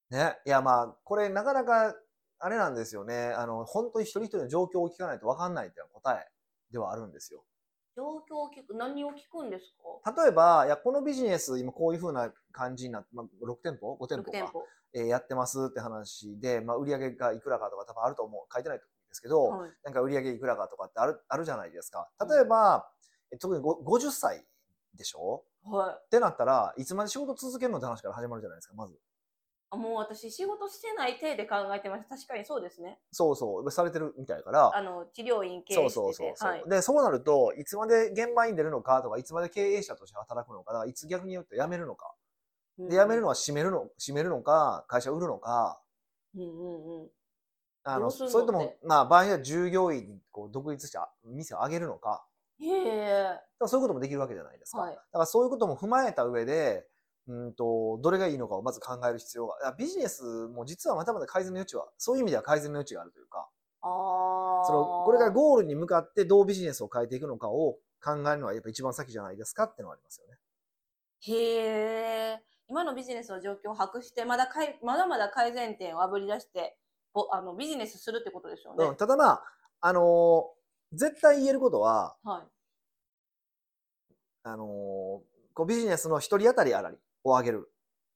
[SPEAKER 2] ね。いや、まあ、これなかなか、あれなんですよね。あの、本当に一人一人の状況を聞かないと分かんないっていうのは答えではあるんですよ。
[SPEAKER 1] 状況を聞く、何を聞くんですか？
[SPEAKER 2] 例えば、いや、このビジネス、今こういう風な感じになって、まあ、ろくてんぽ ?ご 店舗か。えー、やってますって話で、まあ、売上がいくらかとか多分あると思う。書いてないと思うんですけど、はい、なんか売上いくらかとかってある、あるじゃないですか。例えば、うん、特にごじゅっさいでしょ？はい。ってなったらいつまで仕事続けるのって話から始まるじゃないですか、まず。
[SPEAKER 1] あ、もう私仕事してない体で考えてました。確かにそうですね。
[SPEAKER 2] そうそう。されてるみたいから。
[SPEAKER 1] あの、治療院経営してて。そうそうそうそう、はい。
[SPEAKER 2] で、そうなると、いつまで現場に出るのかとか、いつまで経営者として働くのか、だからいつ逆に言うと辞めるのか。で、辞めるのは閉めるの、閉めるのか、会社売るのか。うんうんうん。あの、それとも、まあ、場合には従業員にこう独立して店を上げるのか。へえ。そういうこともできるわけじゃないですか。はい、だからそういうことも踏まえた上で、うんとどれがいいのかをまず考える必要が、ビジネスも実はまだまだ改善の余地は、そういう意味では改善の余地があるというか、あそのこれからゴールに向かってどうビジネスを変えていくのかを考えるのはやっぱ一番先じゃないですかっていうのはありますよね。
[SPEAKER 1] へえ。今のビジネスの状況を把握してまだかいまだまだ改善点をあぶり出してあのビジネスするってことでしょうね。
[SPEAKER 2] うん、ただまあ、あのー、絶対言えることは、はい、あのー、こうビジネスの一人当たりあらりを上げる。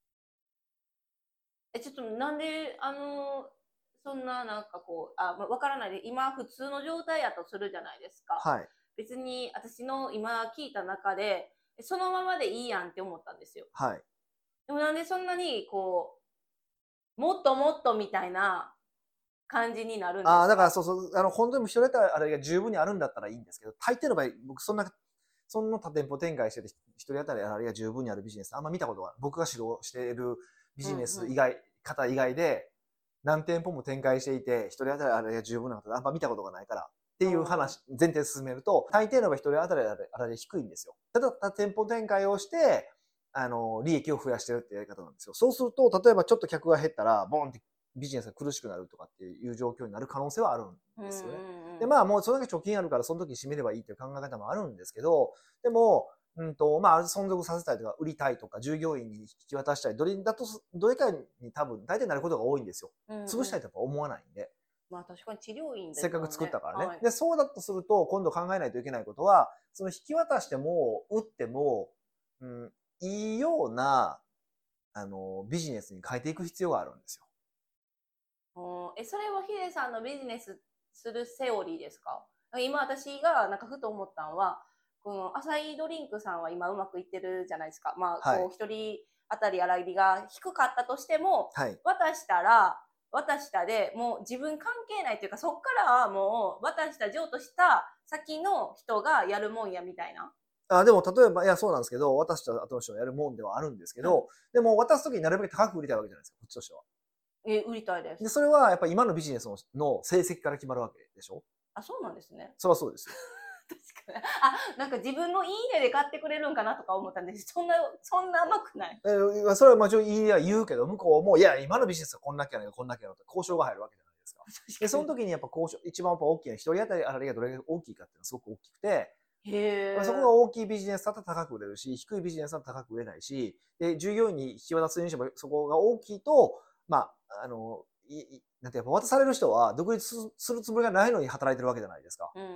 [SPEAKER 1] え、ちょっとなんで、あの、そんななんかこう、あ、わからないで、今普通の状態やとするじゃないですか。はい。別に私の今聞いた中で、そのままでいいやんって思ったんですよ。はい。でもなんでそんなにこう、もっともっとみたいな感じになるんですか？あ、
[SPEAKER 2] だからそうそう、あの、本当に一人当たりあれが十分にあるんだったらいいんですけど、大抵の場合、僕そんな、そんな多店舗展開してて、一人当たりあれが十分にあるビジネス、あんま見たことが、僕が指導しているビジネス以外、うんうん、方以外で何店舗も展開していて一人当たりあれが十分なことあんま見たことがないからっていう話、前提進めると大抵の場合一人当たりあれあれ低いんですよ。ただ店舗展開をしてあの利益を増やしてるってやり方なんですよ。そうすると例えばちょっと客が減ったらボンってビジネスが苦しくなるとかっていう状況になる可能性はあるんですよね。でまあもうそれだけ貯金あるからその時に締めればいいっていう考え方もあるんですけど、でもうんとまあ、存続させたいとか売りたいとか従業員に引き渡したいどれだとどれかに多分大体なることが多いんですよ。うんうん、潰したいとか思わないんで。
[SPEAKER 1] まあ確かに治療院
[SPEAKER 2] せっかく作ったからね、はい、でそうだとすると今度考えないといけないことはその引き渡しても売っても、うん、いいようなあのビジネスに変えていく必要があるんです
[SPEAKER 1] よ。えそれはヒデさんのビジネスするセオリーですか？今私がなんかふと思ったのはこのアサイドリンクさんは今うまくいってるじゃないですか。まあ、はい、こう一人当たり洗いが低かったとしても、はい、渡したら渡したでもう自分関係ないというかそっからはもう渡した譲渡した先の人がやるもんやみたいな。
[SPEAKER 2] あでも例えばいやそうなんですけど渡した後の人がやるもんではあるんですけど、うん、でも渡す時になるべく高く売りたいわけじゃないですかこっちとしては。
[SPEAKER 1] え売りたいです。
[SPEAKER 2] でそれはやっぱり今のビジネス の, の成績から決まるわけでしょ。
[SPEAKER 1] あそうなんですね。
[SPEAKER 2] そりゃそうですよ。
[SPEAKER 1] 確かにあなんか自分のいいねで買ってくれるんかなとか思ったんですそんなそんな甘くない。
[SPEAKER 2] えー、それはもちろんいいねは言うけど向こうもいや今のビジネスはこんなきゃないこんなきゃないと交渉が入るわけじゃないですか。でその時にやっぱ交渉一番やっぱ大きいのは一人当たりあらりがどれが大きいかっていうのはすごく大きくて。へそこが大きいビジネスだと高く売れるし低いビジネスだと高く売れないしで従業員に引き渡すにしてもそこが大きいとまああのいなんてやっぱ渡される人は独立するつもりがないのに働いてるわけじゃないですか。うんうんうん、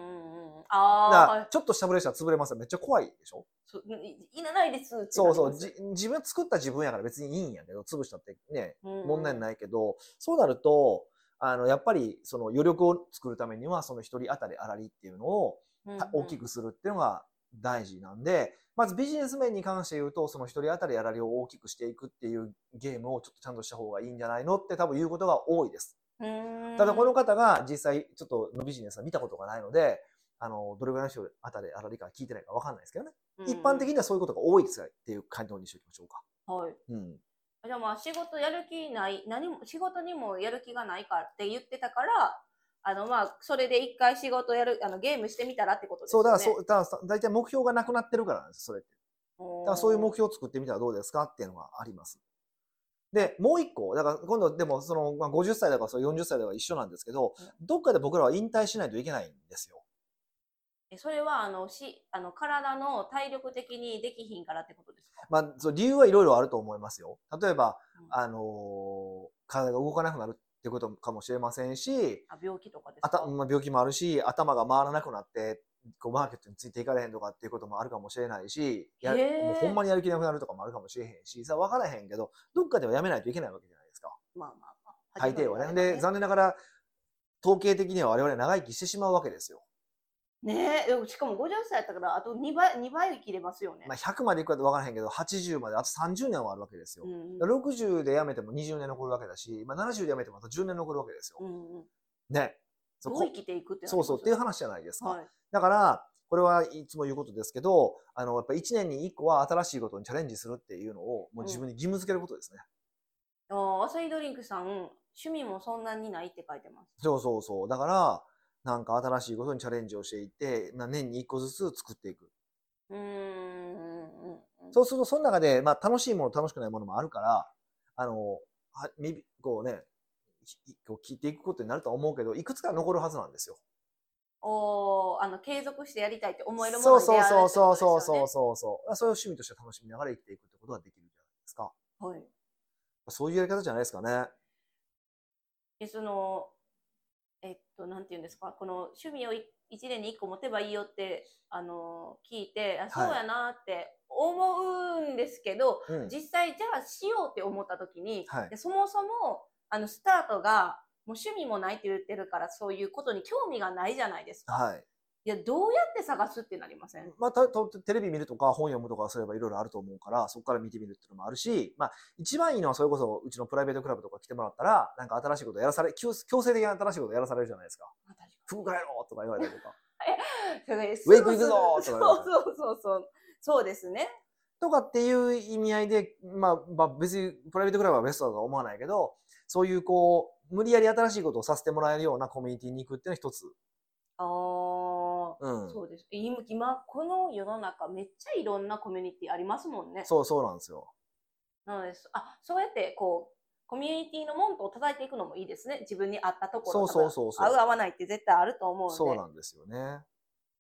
[SPEAKER 2] あだからちょっとしたブレしたら潰れますよめっちゃ怖いでしょ。
[SPEAKER 1] そいらないですって
[SPEAKER 2] そうそうじ自分作った自分やから別にいいんやけど潰したってね問題ないけどそうなるとあのやっぱりその余力を作るためにはその一人当たりあらりっていうのを大きくするっていうのが大事なんでまずビジネス面に関して言うとその一人当たりあらりを大きくしていくっていうゲームをちょっとちゃんとした方がいいんじゃないのって多分言うことが多いです。ただこの方が実際ちょっとのビジネスは見たことがないのであのどれぐらいの人当たりあらりか聞いてないか分かんないですけどね、うんうん、一般的にはそういうことが多いですっていう回答にしておきましょうか。はい、
[SPEAKER 1] うん、じゃあまあ仕事やる気ない何も仕事にもやる気がないからって言ってたからあのまあそれで一回仕事やるあのゲームしてみたらってことですよね。
[SPEAKER 2] そうだからそうだから大体目標がなくなってるからなんですそれって。だからそういう目標を作ってみたらどうですかっていうのがあります。でもう一個だから今度でもその、まあ、ごじゅっさいだからよんじゅっさいだから一緒なんですけど、うん、どっかで僕らは引退しないといけないんですよ。
[SPEAKER 1] えそれはあのしあの体の体力的にできひんからってことですか。
[SPEAKER 2] まあ、そう理由はいろいろあると思いますよ。例えば、うん、あのー、体が動かなくなるっていうことかもしれませんし
[SPEAKER 1] あ病気とかですか。あた、
[SPEAKER 2] まあ、病気もあるし頭が回らなくなってこうマーケットについていかれへんとかっていうこともあるかもしれないしやもうほんまにやる気なくなるとかもあるかもしれへんしさ分からへんけどどっかではやめないといけないわけじゃないですか。まあまあまあ大抵はね。で残念ながら統計的には我々長生きしてしまうわけですよ。
[SPEAKER 1] ねえしかもごじゅっさいやったからあとにばいにばい生きれますよね。
[SPEAKER 2] まあひゃくまでいくか分からへんけどはちじゅうまであとさんじゅうねんはあるわけですよ。うんうん、ろくじゅうでやめてもにじゅうねん残るわけだし、まあ、ななじゅうでやめてもあとじゅうねん残るわけですよ。うんうん、ね
[SPEAKER 1] どう生きていくって
[SPEAKER 2] そうそうっていう話じゃないですか。はい、だからこれはいつも言うことですけどあのやっぱいちねんにいっこは新しいことにチャレンジするっていうのをもう自分に義務付けることですね。
[SPEAKER 1] うん、あアサイドリンクさん趣味もそんなにないって書いてます。
[SPEAKER 2] そうそうそうだからなんか新しいことにチャレンジをしていって、まあ、年にいっこずつ作っていく。うーんそうするとその中で、まあ、楽しいもの楽しくないものもあるからあのはこうねこう聞いていくことになるとは思うけどいくつか残るはずなんですよ。
[SPEAKER 1] おあの継続してやりたいって思えるものに出会えるってことですよね。
[SPEAKER 2] そうそうそうそうそうそうそういう趣味として楽しみながら生きていくってことができるじゃないですか。はい。そういうやり方じゃないですかね。
[SPEAKER 1] でそのえっとなんていうんですかこの趣味をいちねんにいっこ持てばいいよってあの聞いてあそうやなって思うんですけど、はい、実際じゃあしようって思った時に、はい、でそもそもあのスタートがもう趣味もないって言ってるからそういうことに興味がないじゃないですか。はい、いやどうやって探すってなりません？
[SPEAKER 2] まあ、たテレビ見るとか本読むとかすればいろいろあると思うからそこから見てみるっていうのもあるし、まあ、一番いいのはそれこそうちのプライベートクラブとか来てもらったらなんか新しいことやらされ強制的な新しいことやらされるじゃないですか。服帰ろうとか言われたりとかウェイク行くぞとか言われたり
[SPEAKER 1] そうそうそうそうそうですね。
[SPEAKER 2] とかっていう意味合いで、まあ、まあ別にプライベートクラブはベストだとは思わないけどそういうこう無理やり新しいことをさせてもらえるようなコミュニティに行くっていうのは一つ。あ
[SPEAKER 1] あ、うん、そうです。今、今この世の中めっちゃいろんなコミュニティありますもんね。
[SPEAKER 2] そうそうなんですよ。
[SPEAKER 1] なのであそうやってこうコミュニティの門戸を叩いていくのもいいですね。自分に合ったところ。
[SPEAKER 2] そうそうそうそう。
[SPEAKER 1] 合う合わないって絶対あると思うんで。
[SPEAKER 2] そうなんですよね。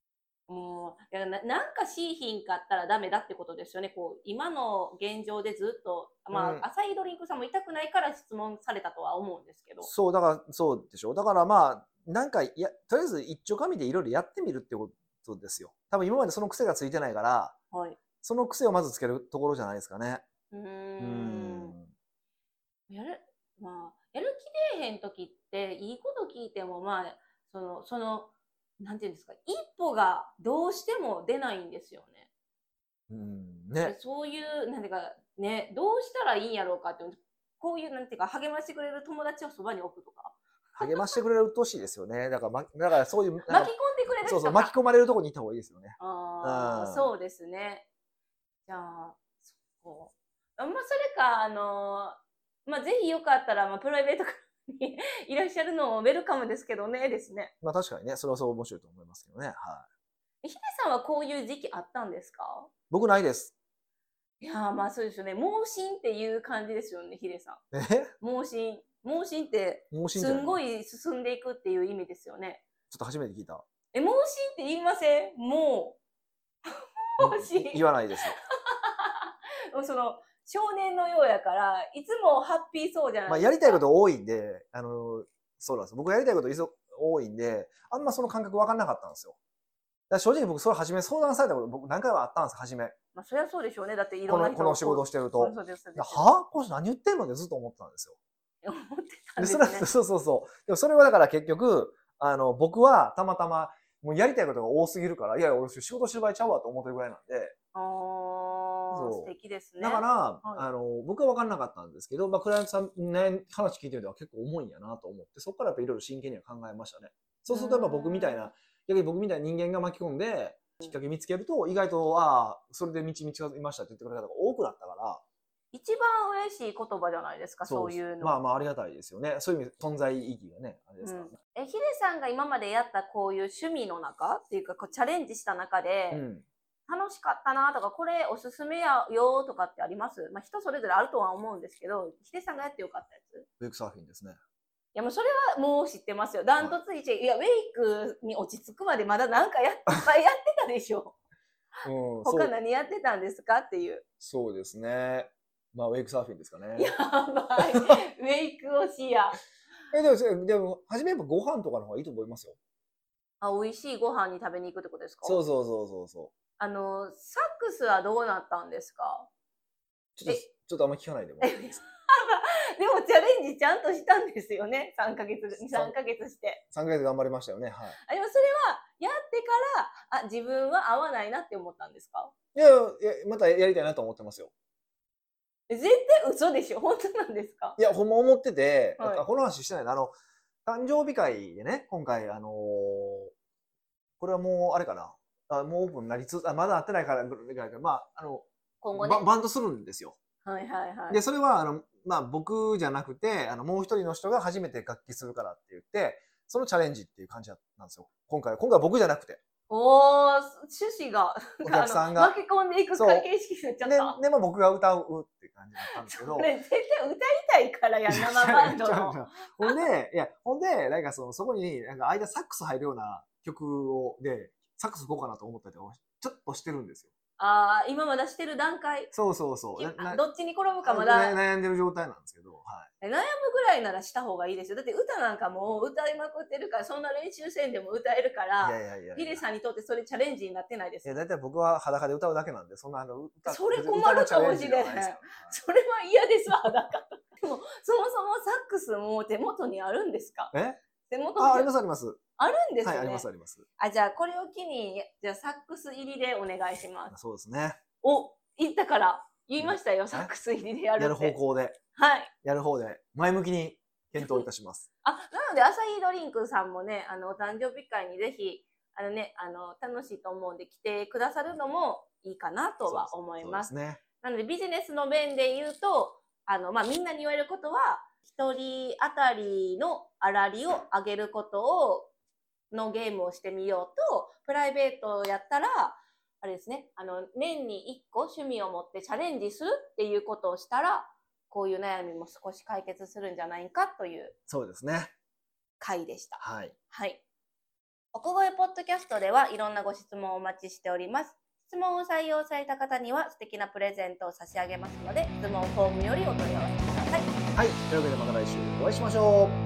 [SPEAKER 1] もう、だからななんかしいひんかったらダメだってことですよね。こう、今の現状でずっと、まあ、
[SPEAKER 2] うん、
[SPEAKER 1] 浅いドリンクさんも痛くないから質問されたとは思うんですけど。
[SPEAKER 2] そう、だから、そうでしょ。だからまあ、なんか、や、とりあえず一丁紙でいろいろやってみるってことですよ。多分今までその癖がついてないから、
[SPEAKER 1] はい。
[SPEAKER 2] その癖をまずつけるところじゃないですかね。
[SPEAKER 1] うー
[SPEAKER 2] うー
[SPEAKER 1] ん。
[SPEAKER 2] ん。
[SPEAKER 1] やる、まあ、やる気出えへん時って、いいこと聞いても、まあ、その、その、なんていうんですか、一歩がどうしても出ないんですよね。
[SPEAKER 2] うん、
[SPEAKER 1] で
[SPEAKER 2] ね。
[SPEAKER 1] そういう、なんていうか、ね、どうしたらいいんやろうかって、こういう、なんていうか、励ましてくれる友達をそばに置くとか、
[SPEAKER 2] 励ましてくれる年ですよね。だから、ま、だからそういう、なん
[SPEAKER 1] 巻き込ん
[SPEAKER 2] か、
[SPEAKER 1] でくれる
[SPEAKER 2] そうそう、
[SPEAKER 1] 人か。
[SPEAKER 2] 巻き込まれるとこに行った方がいいですよね。う
[SPEAKER 1] ああ、
[SPEAKER 2] ん。
[SPEAKER 1] そうですね。じゃあ、そこ。あ、まあ、それか、あの、まあ、ぜひよかったら、まあ、プライベートにいらっしゃるのもウェルカムですけどね、ですね。
[SPEAKER 2] まあ確かにね、それはそう面白いと思いますけどね。はい。
[SPEAKER 1] ヒデさんはこういう時期あったんですか？
[SPEAKER 2] 僕ないです。
[SPEAKER 1] いやー、まあそうですよね。盲信っていう感じですよね、ヒデさ
[SPEAKER 2] え
[SPEAKER 1] ん。盲信。盲信って、
[SPEAKER 2] 盲信って何？
[SPEAKER 1] すんごい進んでいくっていう意味ですよね。
[SPEAKER 2] ちょっと初めて聞いた。
[SPEAKER 1] え、盲信って言いません？もう、盲信。
[SPEAKER 2] 言わないです。
[SPEAKER 1] もうその、少年のようやから、いつもハッピーそうじゃな
[SPEAKER 2] まあ
[SPEAKER 1] いですか。
[SPEAKER 2] やりたいこと多いんで、あの、そうなんです。僕やりたいこと多いんで、あんまその感覚分かんなかったんですよ。だから正直僕それ初め相談されたこと僕何回もあったんです、初め。
[SPEAKER 1] まあそりゃそうでしょうね。だっていろ
[SPEAKER 2] この、
[SPEAKER 1] んな人
[SPEAKER 2] この仕事をしてると。
[SPEAKER 1] そうですそうです。
[SPEAKER 2] はこの人何言ってんのってずっと思ってたんですよ。
[SPEAKER 1] 思ってたん
[SPEAKER 2] で、
[SPEAKER 1] ですね。
[SPEAKER 2] それは、そうそうそう。でもそれはだから結局、あの、僕はたまたま、もうやりたいことが多すぎるから、いや、俺仕事してる場合ちゃうわと思ってるぐらいなんで、
[SPEAKER 1] ああ、素
[SPEAKER 2] そう。
[SPEAKER 1] 敵ですね。
[SPEAKER 2] だから、
[SPEAKER 1] はい、
[SPEAKER 2] あの、僕は分かんなかったんですけど、まあ、クライアントさんね、話聞いてるとは結構重いんやなと思って、そこからやっぱいろいろ真剣には考えましたね。そうするとやっぱ僕みたいな、逆に僕みたいな人間が巻き込んで、きっかけ見つけると、意外と、ああ、それで道に近づきましたって言ってくれる方が多くなったから、
[SPEAKER 1] 一番嬉しい言葉じゃないですか、そういうの。
[SPEAKER 2] まあまあありがたいですよね。そういう意味、存在意義がね、あれですからね。
[SPEAKER 1] うん、え、ヒデさんが今までやったこういう趣味の中っていうか、こうチャレンジした中で、
[SPEAKER 2] うん。
[SPEAKER 1] 楽しかったなとか、これおすすめやよとかってあります？まあ人それぞれあるとは思うんですけど、ヒデさんがやってよかったやつ？
[SPEAKER 2] ウェイクサーフィンですね。
[SPEAKER 1] いやもうそれはもう知ってますよ。ダントツいち、はい、いや、ウェイクに落ち着くまでまだなんかやいっぱいやってたでしょ。うん、他何やってたんですかっていう。
[SPEAKER 2] そうですね。まあ、ウェイクサーフィンですかね。
[SPEAKER 1] やばい。ウェイク推しや。
[SPEAKER 2] え、でも、でも、初めやっぱご飯とかの方がいいと思いますよ。
[SPEAKER 1] あ、美味しいご飯に食べに行くってことですか？
[SPEAKER 2] そうそうそうそうそう。
[SPEAKER 1] あの、サックスはどうなったんですか？
[SPEAKER 2] ちょっと、ちょっとあんま聞かないでもらっていいですか？
[SPEAKER 1] でもチャレンジちゃんとしたんですよね。さんかげつ、に、さんかげつして。
[SPEAKER 2] さんかげつ頑張りましたよね。はい。
[SPEAKER 1] あ、でもそれは、やってから、あ、自分は合わないなって思ったんですか？
[SPEAKER 2] いや、いや、またやりたいなと思ってますよ。
[SPEAKER 1] 絶対嘘でしょ？本当なんですか？
[SPEAKER 2] いや、ほんま思ってて、
[SPEAKER 1] はい、
[SPEAKER 2] この話してないな。あの、誕生日会でね、今回、あのー、これはもう、あれかな。あもうオープンになりつつ、あ、まだなってないから、まあ、あの、
[SPEAKER 1] 今後ね。
[SPEAKER 2] バンドするんですよ。
[SPEAKER 1] はいはいはい。
[SPEAKER 2] で、それは、あの、まあ、僕じゃなくて、あの、もう一人の人が初めて楽器するからって言って、そのチャレンジっていう感じなんですよ。今回、今回は僕じゃなくて。
[SPEAKER 1] おー、趣旨が、
[SPEAKER 2] お客さんが。
[SPEAKER 1] 巻き込んでいく形式になっちゃった。
[SPEAKER 2] で、でも僕が歌うって感じだったんですけど。
[SPEAKER 1] これ絶対歌いたいからや、生バンドの。
[SPEAKER 2] ほんで、いや、ほんで、なんかその、そこに、なんか間サックス入るような曲を、で、サックス吹こうかなと思ったりちょっとしてるんですよ。
[SPEAKER 1] ああ、今まだしてる段階。
[SPEAKER 2] そうそうそう。
[SPEAKER 1] どっちに転ぶかまだ、
[SPEAKER 2] ね、悩んでる状態なんですけど、はい。
[SPEAKER 1] 悩むぐらいならした方がいいですよ。だって歌なんかもう歌いまくってるから、そんな練習せんでも歌えるから、ヒデさんにとってそれチャレンジになってないです。
[SPEAKER 2] いや、だいたい僕は裸で歌うだけなんで、そんなあの
[SPEAKER 1] 歌それ困るかもしれない。それは嫌ですわ、裸。でも、そもそもサックスも手元にあるんですか？
[SPEAKER 2] え
[SPEAKER 1] 手元に
[SPEAKER 2] あ、ありますあります。
[SPEAKER 1] あるんですね。
[SPEAKER 2] はい、ありますあります。
[SPEAKER 1] あ、じゃあこれを機に、じゃあサックス入りでお願いします。
[SPEAKER 2] そうですね。
[SPEAKER 1] お、言ったから、言いましたよ、サックス入りでやるって。
[SPEAKER 2] やる方向で。
[SPEAKER 1] はい。
[SPEAKER 2] やる方で、前向きに検討いたします。
[SPEAKER 1] あ、なので、アサヒドリンクさんもね、あの、お誕生日会にぜひ、あのね、あの、楽しいと思うんで来てくださるのもいいかなとは思います。
[SPEAKER 2] そうですね。
[SPEAKER 1] なので、ビジネスの面で言うと、あの、まあ、みんなに言われることは、一人当たりの粗利を上げることを、のゲームをしてみようと、プライベートをやったら、あれですね、あの、年にいっこ趣味を持ってチャレンジするっていうことをしたら、こういう悩みも少し解決するんじゃないかという。
[SPEAKER 2] そうですね。
[SPEAKER 1] 回でした。
[SPEAKER 2] はい。
[SPEAKER 1] はい。 奥越ポッドキャストではいろんなご質問をお待ちしております。質問を採用された方には素敵なプレゼントを差し上げますので、質問フォームよりお問い合わせください。
[SPEAKER 2] はい、というわけでまた来週お会いしましょう。